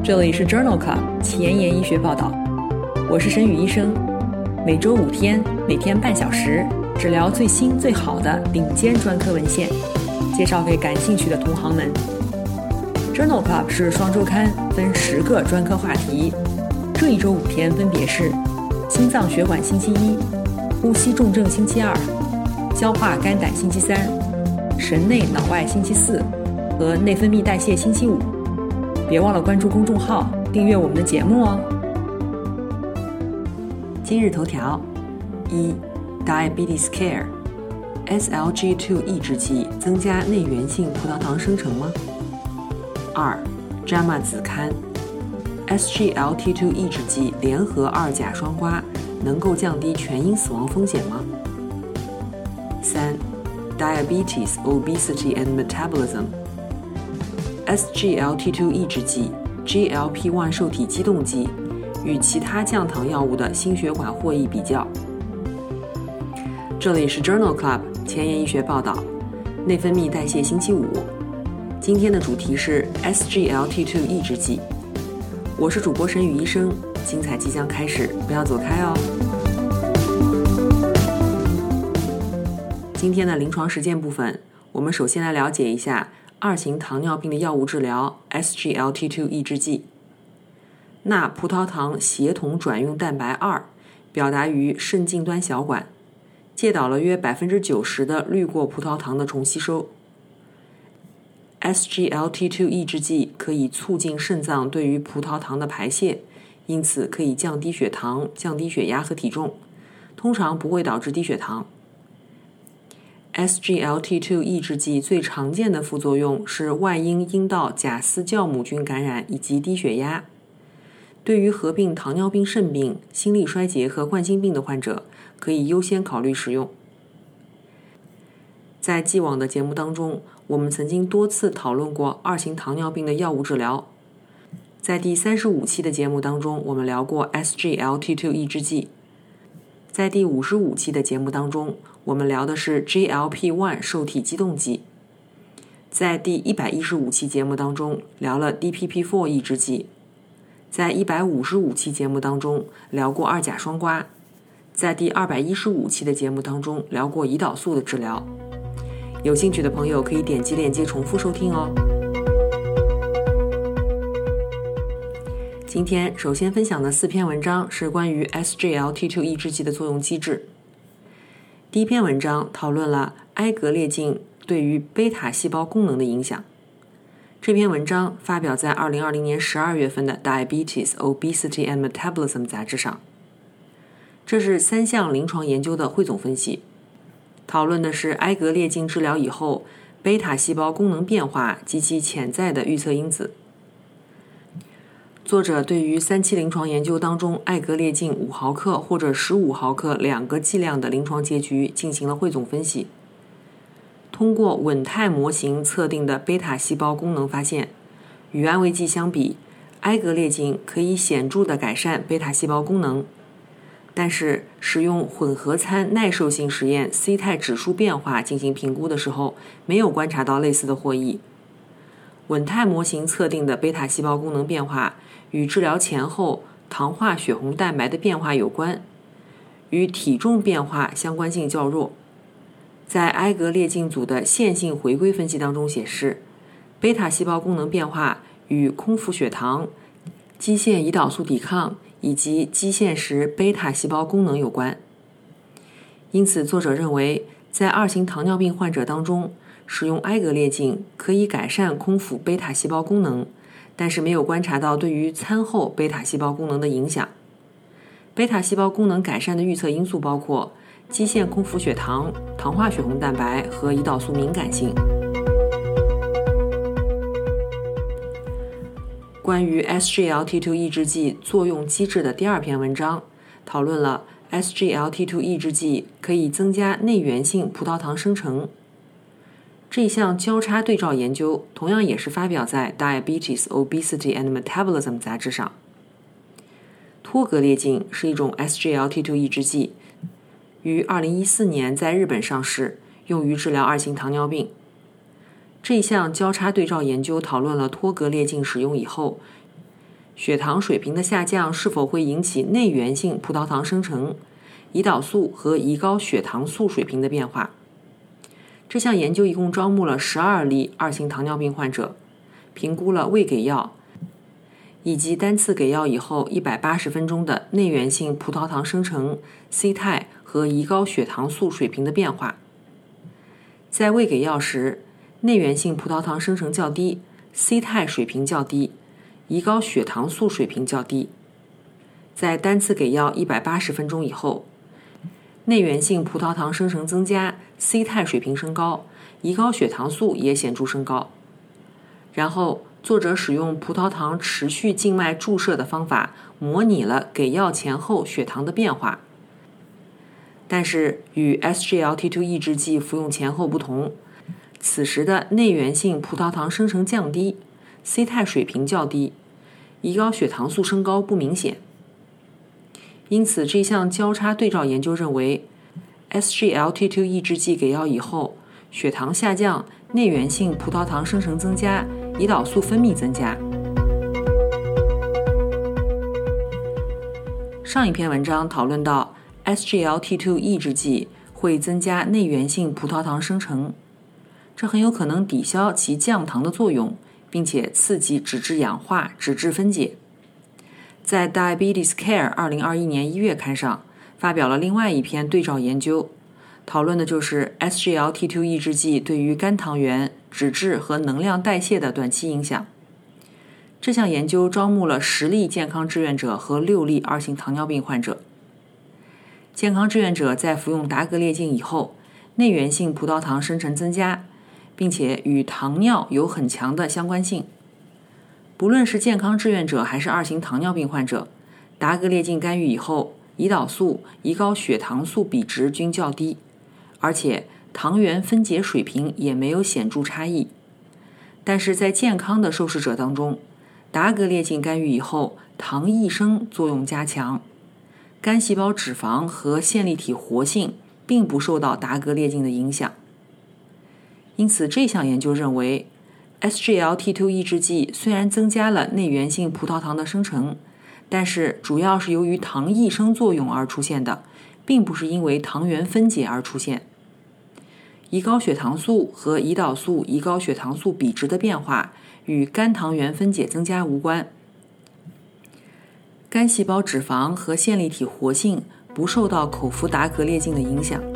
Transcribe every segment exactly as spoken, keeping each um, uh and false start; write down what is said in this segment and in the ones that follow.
这里是 Journal Club 前沿医学报道，我是沈宇医生，每周五天，每天半小时，治疗最新最好的顶尖专科文献，介绍给感兴趣的同行们。Journal Club 是双周刊，分十个专科话题，这一周五天分别是心脏血管星期一，呼吸重症星期二，消化肝胆星期三，神内脑外星期四和内分泌代谢星期五。别忘了关注公众号，订阅我们的节目哦。今日头条：一 Diabetes Care S L G 二 抑制剂增加内源性葡萄糖生成吗？二 J A M A 子刊 S G L T 二 抑制剂联合二甲双胍能够降低全因死亡风险吗？三 Diabetes, Obesity and Metabolism S G L T 二 抑制剂 G L P 一 受体激动剂与其他降糖药物的心血管获益比较。这里是 Journal Club 前沿医学报道，内分泌代谢星期五。今天的主题是 S G L T 二 抑制剂。我是主播沈宇医生，精彩即将开始，不要走开哦。今天的临床实践部分，我们首先来了解一下二型糖尿病的药物治疗 S G L T 二 抑制剂。钠葡萄糖协同转用蛋白二表达于肾近端小管，介导了约 百分之九十 的滤过葡萄糖的重吸收。S G L T 二 抑制剂可以促进肾脏对于葡萄糖的排泄，因此可以降低血糖、降低血压和体重，通常不会导致低血糖。S G L T 二 抑制剂最常见的副作用是外阴阴道假丝酵母菌感染以及低血压。对于合并糖尿病肾病、心力衰竭和冠心病的患者，可以优先考虑使用。在既往的节目当中，我们曾经多次讨论过二型糖尿病的药物治疗。在第三十五期的节目当中，我们聊过 S G L T 二 抑制剂。在第五十五期的节目当中，我们聊的是 G L P 一 受体激动剂。在第一百一十五期节目当中，聊了 D P P 四 抑制剂。在一百五十五期节目当中，聊过二甲双胍。在第二百一十五期的节目当中，聊过胰岛素的治疗。有兴趣的朋友可以点击链接重复收听哦。今天首先分享的四篇文章是关于 S G L T 二 抑制剂的作用机制。第一篇文章讨论了埃格列净对于贝塔细胞功能的影响。这篇文章发表在二零二零年十二月份的 Diabetes, Obesity and Metabolism 杂志上。这是三项临床研究的汇总分析，讨论的是埃格列净治疗以后贝塔细胞功能变化及其潜在的预测因子。作者对于三期临床研究当中埃格列净五毫克或者十五毫克两个剂量的临床结局进行了汇总分析。通过稳态模型测定的贝塔细胞功能发现，与安慰剂相比，埃格列净可以显著地改善贝塔细胞功能。但是使用混合参耐受性实验 C 肽指数变化进行评估的时候，没有观察到类似的获益。稳态模型测定的贝塔细胞功能变化与治疗前后糖化血红蛋白的变化有关，与体重变化相关性较弱。在埃格列净组的线性回归分析当中显示，贝塔细胞功能变化与空腹血糖、基线胰岛素抵抗以及基线时贝塔细胞功能有关。因此作者认为，在二型糖尿病患者当中，使用埃格列净可以改善空腹贝塔细胞功能，但是没有观察到对于餐后贝塔细胞功能的影响。贝塔细胞功能改善的预测因素包括基线空腹血糖、糖化血红蛋白和胰岛素敏感性。关于 S G L T 二 抑制剂作用机制的第二篇文章，讨论了 S G L T 二 抑制剂可以增加内源性葡萄糖生成。这项交叉对照研究同样也是发表在 Diabetes, Obesity and Metabolism 杂志上。托格列净是一种 S G L T 二 抑制剂，于二零一四年在日本上市，用于治疗二型糖尿病。这项交叉对照研究讨论了托格列净使用以后血糖水平的下降是否会引起内源性葡萄糖生成、胰岛素和胰高血糖素水平的变化。这项研究一共招募了十二例二型糖尿病患者，评估了未给药以及单次给药以后一百八十分钟的内源性葡萄糖生成、C 肽和胰高血糖素水平的变化。在未给药时，内源性葡萄糖生成较低， C 肽水平较低，胰高血糖素水平较低。在单次给药一百八十分钟以后，内源性葡萄糖生成增加， C 肽水平升高，胰高血糖素也显著升高。然后作者使用葡萄糖持续静脉注射的方法模拟了给药前后血糖的变化。但是与 S G L T 二 抑制剂服用前后不同，此时的内源性葡萄糖生成降低， C 肽水平较低，胰高血糖素升高不明显。因此这项交叉对照研究认为 S G L T 二 抑制剂给药以后，血糖下降，内源性葡萄糖生成增加，胰岛素分泌增加。上一篇文章讨论到 S G L T 二 抑制剂会增加内源性葡萄糖生成，这很有可能抵消其降糖的作用，并且刺激脂质氧化、脂质分解。在 Diabetes Care 二零二一年一月刊上发表了另外一篇对照研究，讨论的就是 S G L T 二 抑制剂对于肝糖原、脂质和能量代谢的短期影响。这项研究招募了十例健康志愿者和六例二型糖尿病患者。健康志愿者在服用达格列净以后，内源性葡萄糖生成增加，并且与糖尿有很强的相关性。不论是健康志愿者还是二型糖尿病患者，达格列净干预以后，胰岛素、胰高血糖素比值均较低，而且糖原分解水平也没有显著差异。但是在健康的受试者当中，达格列净干预以后，糖异生作用加强，肝细胞脂肪和线粒体活性并不受到达格列净的影响。因此这项研究认为 S G L T 二 抑制剂虽然增加了内源性葡萄糖的生成，但是主要是由于糖异生作用而出现的，并不是因为糖原分解而出现。胰高血糖素和胰岛素胰高血糖素比值的变化与肝糖原分解增加无关。肝细胞脂肪和线粒体活性不受到口服达格列净的影响。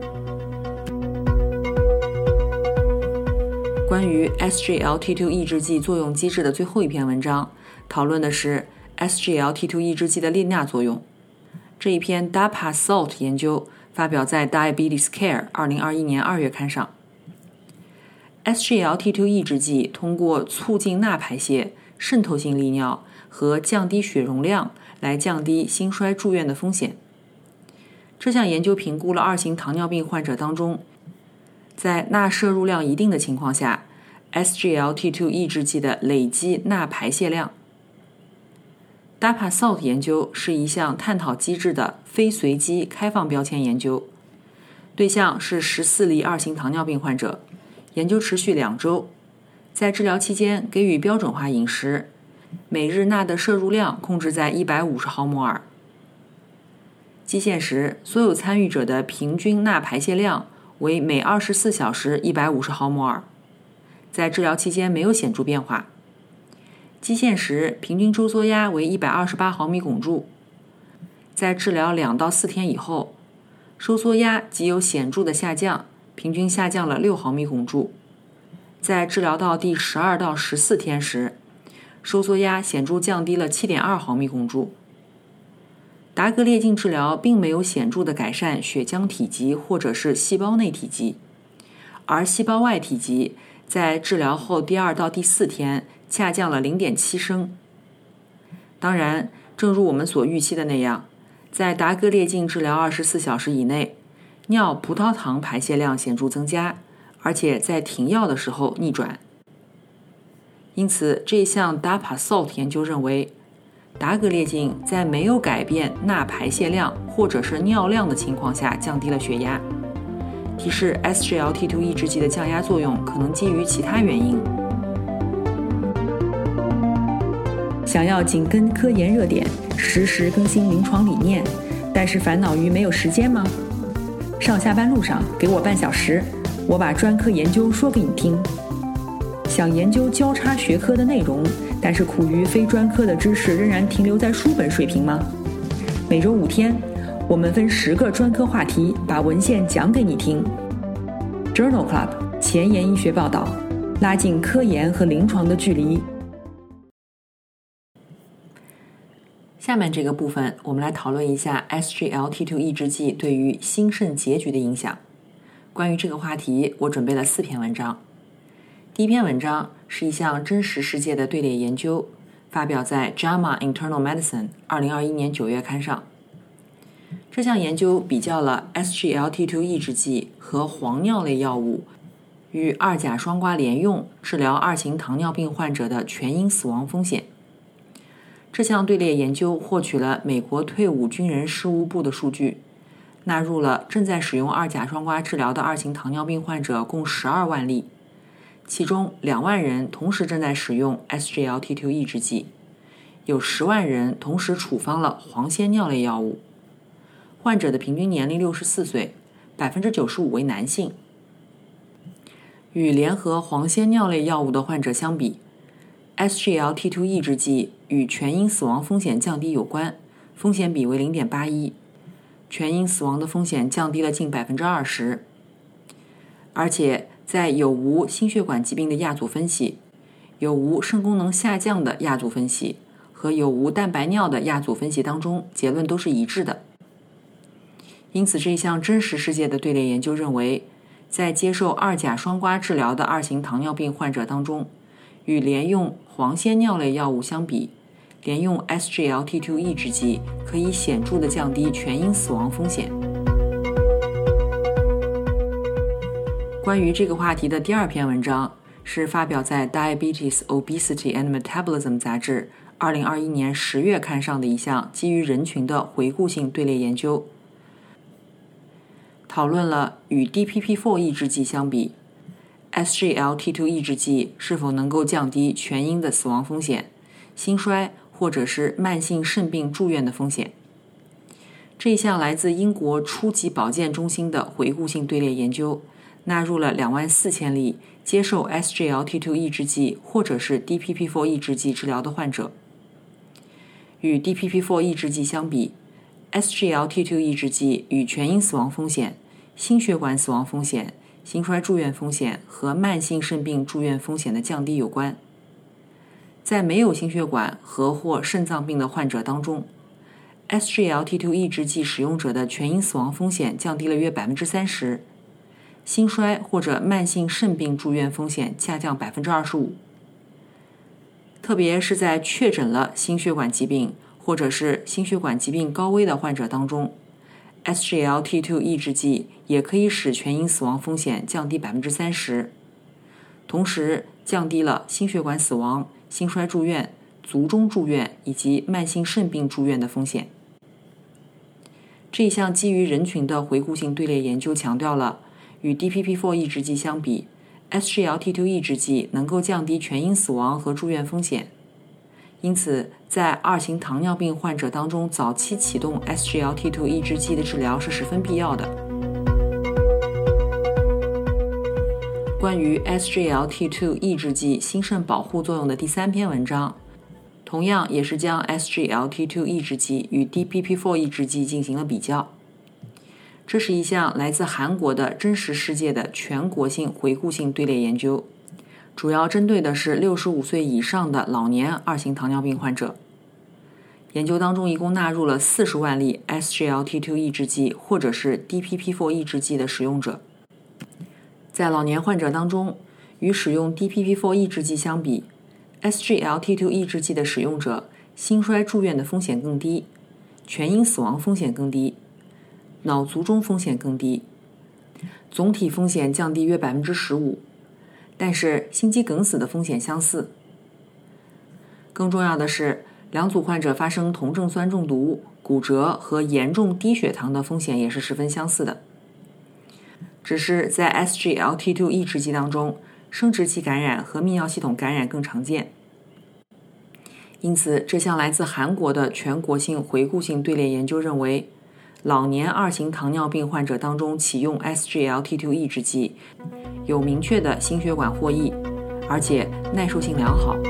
关于 S G L T 二 抑制剂作用机制的最后一篇文章，讨论的是 S G L T 二 抑制剂的链钠作用。这一篇 D A P A S A L T 研究发表在 Diabetes Care 二零二一年二月刊上。S G L T 二 抑制剂通过促进钠排泄、渗透性利尿和降低血容量来降低心衰住院的风险。这项研究评估了二型糖尿病患者当中，在钠摄入量一定的情况下 S G L T 二 抑制剂的累积钠排泄量。D A P A S A L T 研究是一项探讨机制的非随机开放标签研究，对象是十四例二型糖尿病患者，研究持续两周，在治疗期间给予标准化饮食，每日钠的摄入量控制在一百五十毫摩尔。基线时，所有参与者的平均钠排泄量为每二十四小时一百五十毫摩尔，在治疗期间没有显著变化。基线时平均收缩压为一百二十八毫米汞柱，在治疗两到四天以后，收缩压即有显著的下降，平均下降了六毫米汞柱。在治疗到第十二到十四天时，收缩压显著降低了 七点二毫米汞柱。达格列净治疗并没有显著的改善血浆体积或者是细胞内体积，而细胞外体积在治疗后第二到第四天下降了 零点七升。当然，正如我们所预期的那样，在达格列净治疗二十四小时以内，尿葡萄糖排泄量显著增加，而且在停药的时候逆转。因此，这项 D A P A S A L T 研究认为，达格列净在没有改变钠排泄量或者是尿量的情况下降低了血压，提示 S G L T 二 抑制剂的降压作用可能基于其他原因。 想要紧跟科研热点，实时更新临床理念，但是烦恼于没有时间吗？上下班路上给我半小时，我把专科研究说给你听。想研究交叉学科的内容，但是苦于非专科的知识仍然停留在书本水平吗？每周五天，我们分十个专科话题，把文献讲给你听。Journal Club 前沿医学报道，拉近科研和临床的距离。 下面这个部分，我们来讨论一下 S G L T 二 抑制剂对于心肾结局的影响。关于这个话题，我准备了四篇文章。第一篇文章是一项真实世界的队列研究，发表在 J A M A Internal Medicine 二零二一年九月刊上。这项研究比较了 S G L T 二 抑制剂和黄尿类药物与二甲双胍联用治疗二型糖尿病患者的全因死亡风险。这项队列研究获取了美国退伍军人事务部的数据，纳入了正在使用二甲双胍治疗的二型糖尿病患者共十二万例，其中两万人同时正在使用 S G L T 二 抑制剂，有十万人同时处方了黄仙尿类药物。患者的平均年龄六十四岁， 百分之九十五 为男性。与联合黄仙尿类药物的患者相比， S G L T 二 抑制剂与全因死亡风险降低有关，风险比为 零点八一， 全因死亡的风险降低了近 百分之二十。 而且在有无心血管疾病的亚组分析、有无肾功能下降的亚组分析和有无蛋白尿的亚组分析当中，结论都是一致的。因此，这一项真实世界的队列研究认为，在接受二甲双胍治疗的二型糖尿病患者当中，与连用黄仙尿类药物相比，连用 S G L T 二 抑制剂可以显著地降低全因死亡风险。关于这个话题的第二篇文章是发表在 Diabetes, Obesity and Metabolism 杂志二零二一年十月刊上的一项基于人群的回顾性队列研究，讨论了与 D P P 四 抑制剂相比， S G L T 二 抑制剂是否能够降低全因的死亡风险、心衰或者是慢性肾病住院的风险。这一项来自英国初级保健中心的回顾性队列研究，纳入了两万四千例接受 S G L T 二 抑制剂或者是 D P P 四 抑制剂治疗的患者。与 D P P 四 抑制剂相比， S G L T 二 抑制剂与全因死亡风险、心血管死亡风险、心衰住院风险和慢性肾病住院风险的降低有关。在没有心血管和或肾脏病的患者当中， S G L T 二 抑制剂使用者的全因死亡风险降低了约 百分之三十， 心衰或者慢性肾病住院风险下降 百分之二十五。 特别是在确诊了心血管疾病或者是心血管疾病高危的患者当中， S G L T 二 抑制剂也可以使全因死亡风险降低 百分之三十， 同时降低了心血管死亡、心衰住院、卒中住院以及慢性肾病住院的风险。这一项基于人群的回顾性队列研究强调了，与 D P P 四 抑制剂相比， S G L T 二 抑制剂能够降低全因死亡和住院风险。因此，在二型糖尿病患者当中，早期启动 S G L T 二 抑制剂的治疗是十分必要的。关于 S G L T 二 抑制剂心肾保护作用的第三篇文章，同样也是将 S G L T 二 抑制剂与 D P P 四 抑制剂进行了比较。这是一项来自韩国的真实世界的全国性回顾性队列研究，主要针对的是六十五岁以上的老年二型糖尿病患者。研究当中一共纳入了四十万例 S G L T 二 抑制剂或者是 D P P 四 抑制剂的使用者。在老年患者当中，与使用 D P P 四 抑制剂相比， S G L T 二 抑制剂的使用者心衰住院的风险更低，全因死亡风险更低，脑卒中风险更低，总体风险降低约 百分之十五， 但是心肌梗死的风险相似。更重要的是，两组患者发生酮症酸中毒、骨折和严重低血糖的风险也是十分相似的。只是在 S G L T 二 抑制剂当中，生殖器感染和泌尿系统感染更常见。 因此，这项来自韩国的全国性回顾性队列研究认为，老年二型糖尿病患者当中启用 S G L T 二 抑制剂有明确的心血管获益，而且耐受性良好。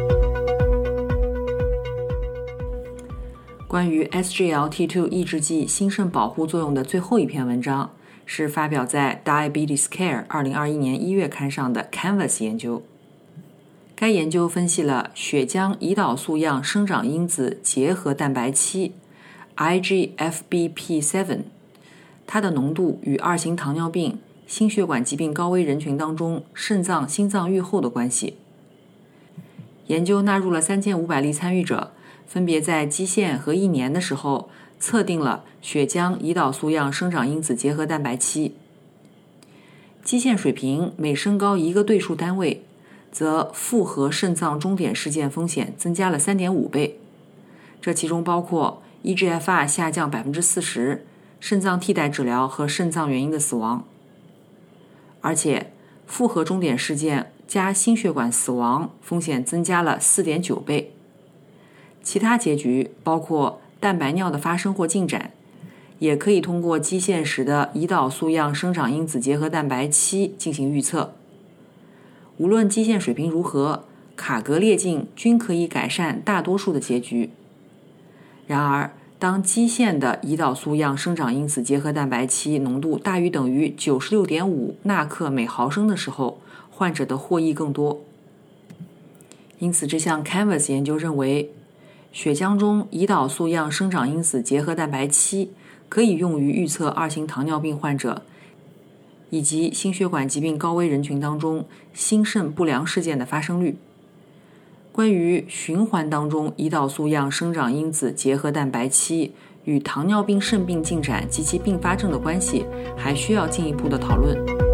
关于 S G L T 二 抑制剂心肾保护作用的最后一篇文章是发表在 Diabetes Care 二零二一年一月刊上的 Canvas 研究。该研究分析了血浆胰岛素样生长因子结合蛋白七 I G F B P 七 它的浓度与二型糖尿病、心血管疾病高危人群当中肾脏心脏预后的关系。研究纳入了三千五百例参与者，分别在基线和一年的时候测定了血浆胰岛素样生长因子结合蛋白七。基线水平每升高一个对数单位，则复合肾脏终点事件风险增加了 三点五倍，这其中包括 E G F R 下降 百分之四十， 肾脏替代治疗和肾脏原因的死亡。而且复合终点事件加心血管死亡风险增加了 四点九倍。其他结局包括蛋白尿的发生或进展，也可以通过基线时的胰岛素样生长因子结合蛋白七进行预测。无论基线水平如何，卡格列净均可以改善大多数的结局。然而，当基线的胰岛素样生长因子结合蛋白七浓度大于等于 九十六点五 纳克每毫升的时候，患者的获益更多。因此，这项 Canvas 研究认为，血浆中胰岛素样生长因子结合蛋白七可以用于预测二型糖尿病患者以及心血管疾病高危人群当中心肾不良事件的发生率。关于循环当中胰岛素样生长因子结合蛋白七与糖尿病肾病进展及其并发症的关系，还需要进一步的讨论。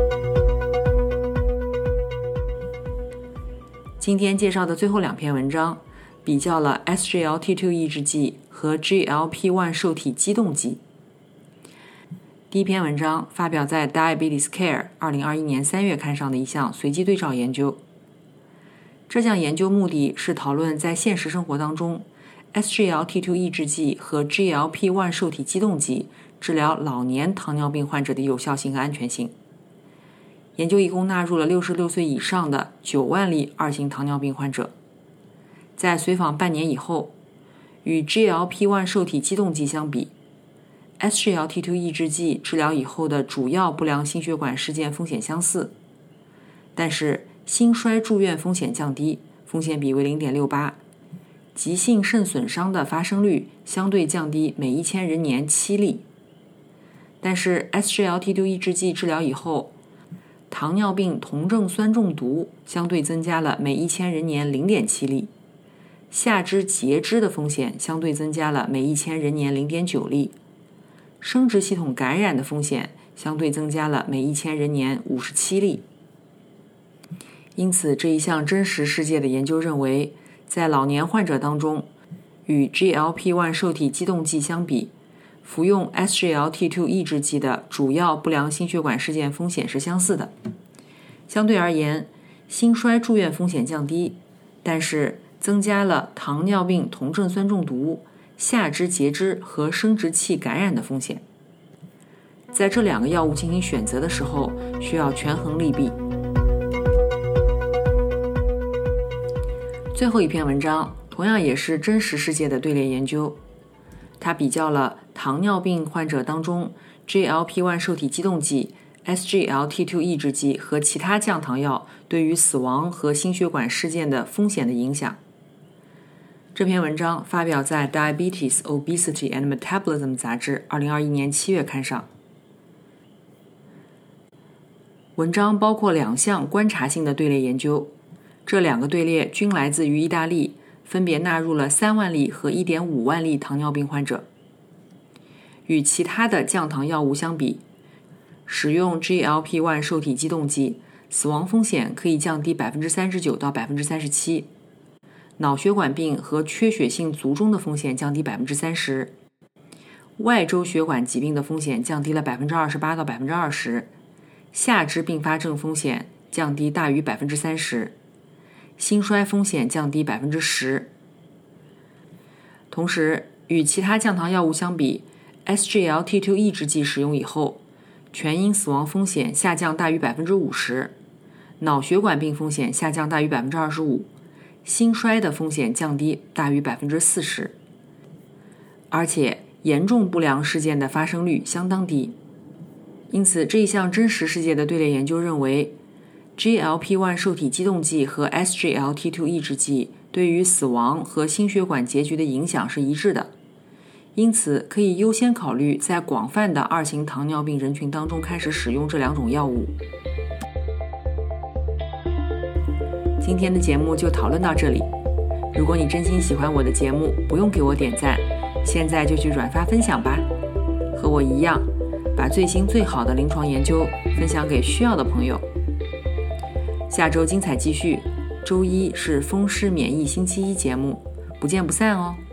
今天介绍的最后两篇文章比较了 S G L T 二 抑制剂和 G L P 一 受体激动剂。第一篇文章发表在 Diabetes Care 二零二一年三月刊上的一项随机对照研究。这项研究目的是讨论在现实生活当中 S G L T 二 抑制剂和 G L P 一 受体激动剂治疗老年糖尿病患者的有效性和安全性。研究一共纳入了六十六岁以上的九万例二型糖尿病患者。在随访半年以后，与 G L P 一 受体激动剂相比， S G L T 二 抑制剂治疗以后的主要不良心血管事件风险相似，但是心衰住院风险降低，风险比为 零点六八， 急性肾损伤的发生率相对降低每一千人年七例。但是 S G L T 二 抑制剂治疗以后，糖尿病酮症酸中毒相对增加了每一千人年 零点七例，下肢截肢的风险相对增加了每一千人年 零点九例，生殖系统感染的风险相对增加了每一千人年五十七例。因此，这一项真实世界的研究认为，在老年患者当中，与 G L P 一 受体激动剂相比，服用 S G L T 二 抑制剂的主要不良心血管事件风险是相似的。相对而言，心衰住院风险降低，但是增加了糖尿病酮症酸中毒、下肢截肢和生殖器感染的风险。在这两个药物进行选择的时候，需要权衡利弊。最后一篇文章同样也是真实世界的队列研究，它比较了糖尿病患者当中 G L P 一 受体激动剂、S G L T 二 抑制剂和其他降糖药对于死亡和心血管事件的风险的影响。这篇文章发表在 Diabetes, Obesity and Metabolism 杂志二零二一年七月刊上。文章包括两项观察性的队列研究，这两个队列均来自于意大利，分别纳入了三万例和 一点五万例糖尿病患者。与其他的降糖药物相比，使用 G L P 一 受体激动剂，死亡风险可以降低 百分之三十九 到 百分之三十七， 脑血管病和缺血性卒中的风险降低 百分之三十， 外周血管疾病的风险降低了 百分之二十八 到 百分之二十， 下肢并发症风险降低大于 百分之三十， 心衰风险降低 百分之十。 同时，与其他降糖药物相比， S G L T 二 抑制剂使用以后，全因死亡风险下降大于 百分之五十， 脑血管病风险下降大于 百分之二十五， 心衰的风险降低大于 百分之四十， 而且严重不良事件的发生率相当低。因此，这一项真实世界的队列研究认为， G L P 一 受体激动剂和 S G L T 二 抑制剂对于死亡和心血管结局的影响是一致的，因此可以优先考虑在广泛的二型糖尿病人群当中开始使用这两种药物。今天的节目就讨论到这里。如果你真心喜欢我的节目，不用给我点赞，现在就去转发分享吧。和我一样，把最新最好的临床研究分享给需要的朋友。下周精彩继续，周一是风湿免疫星期一节目，不见不散哦。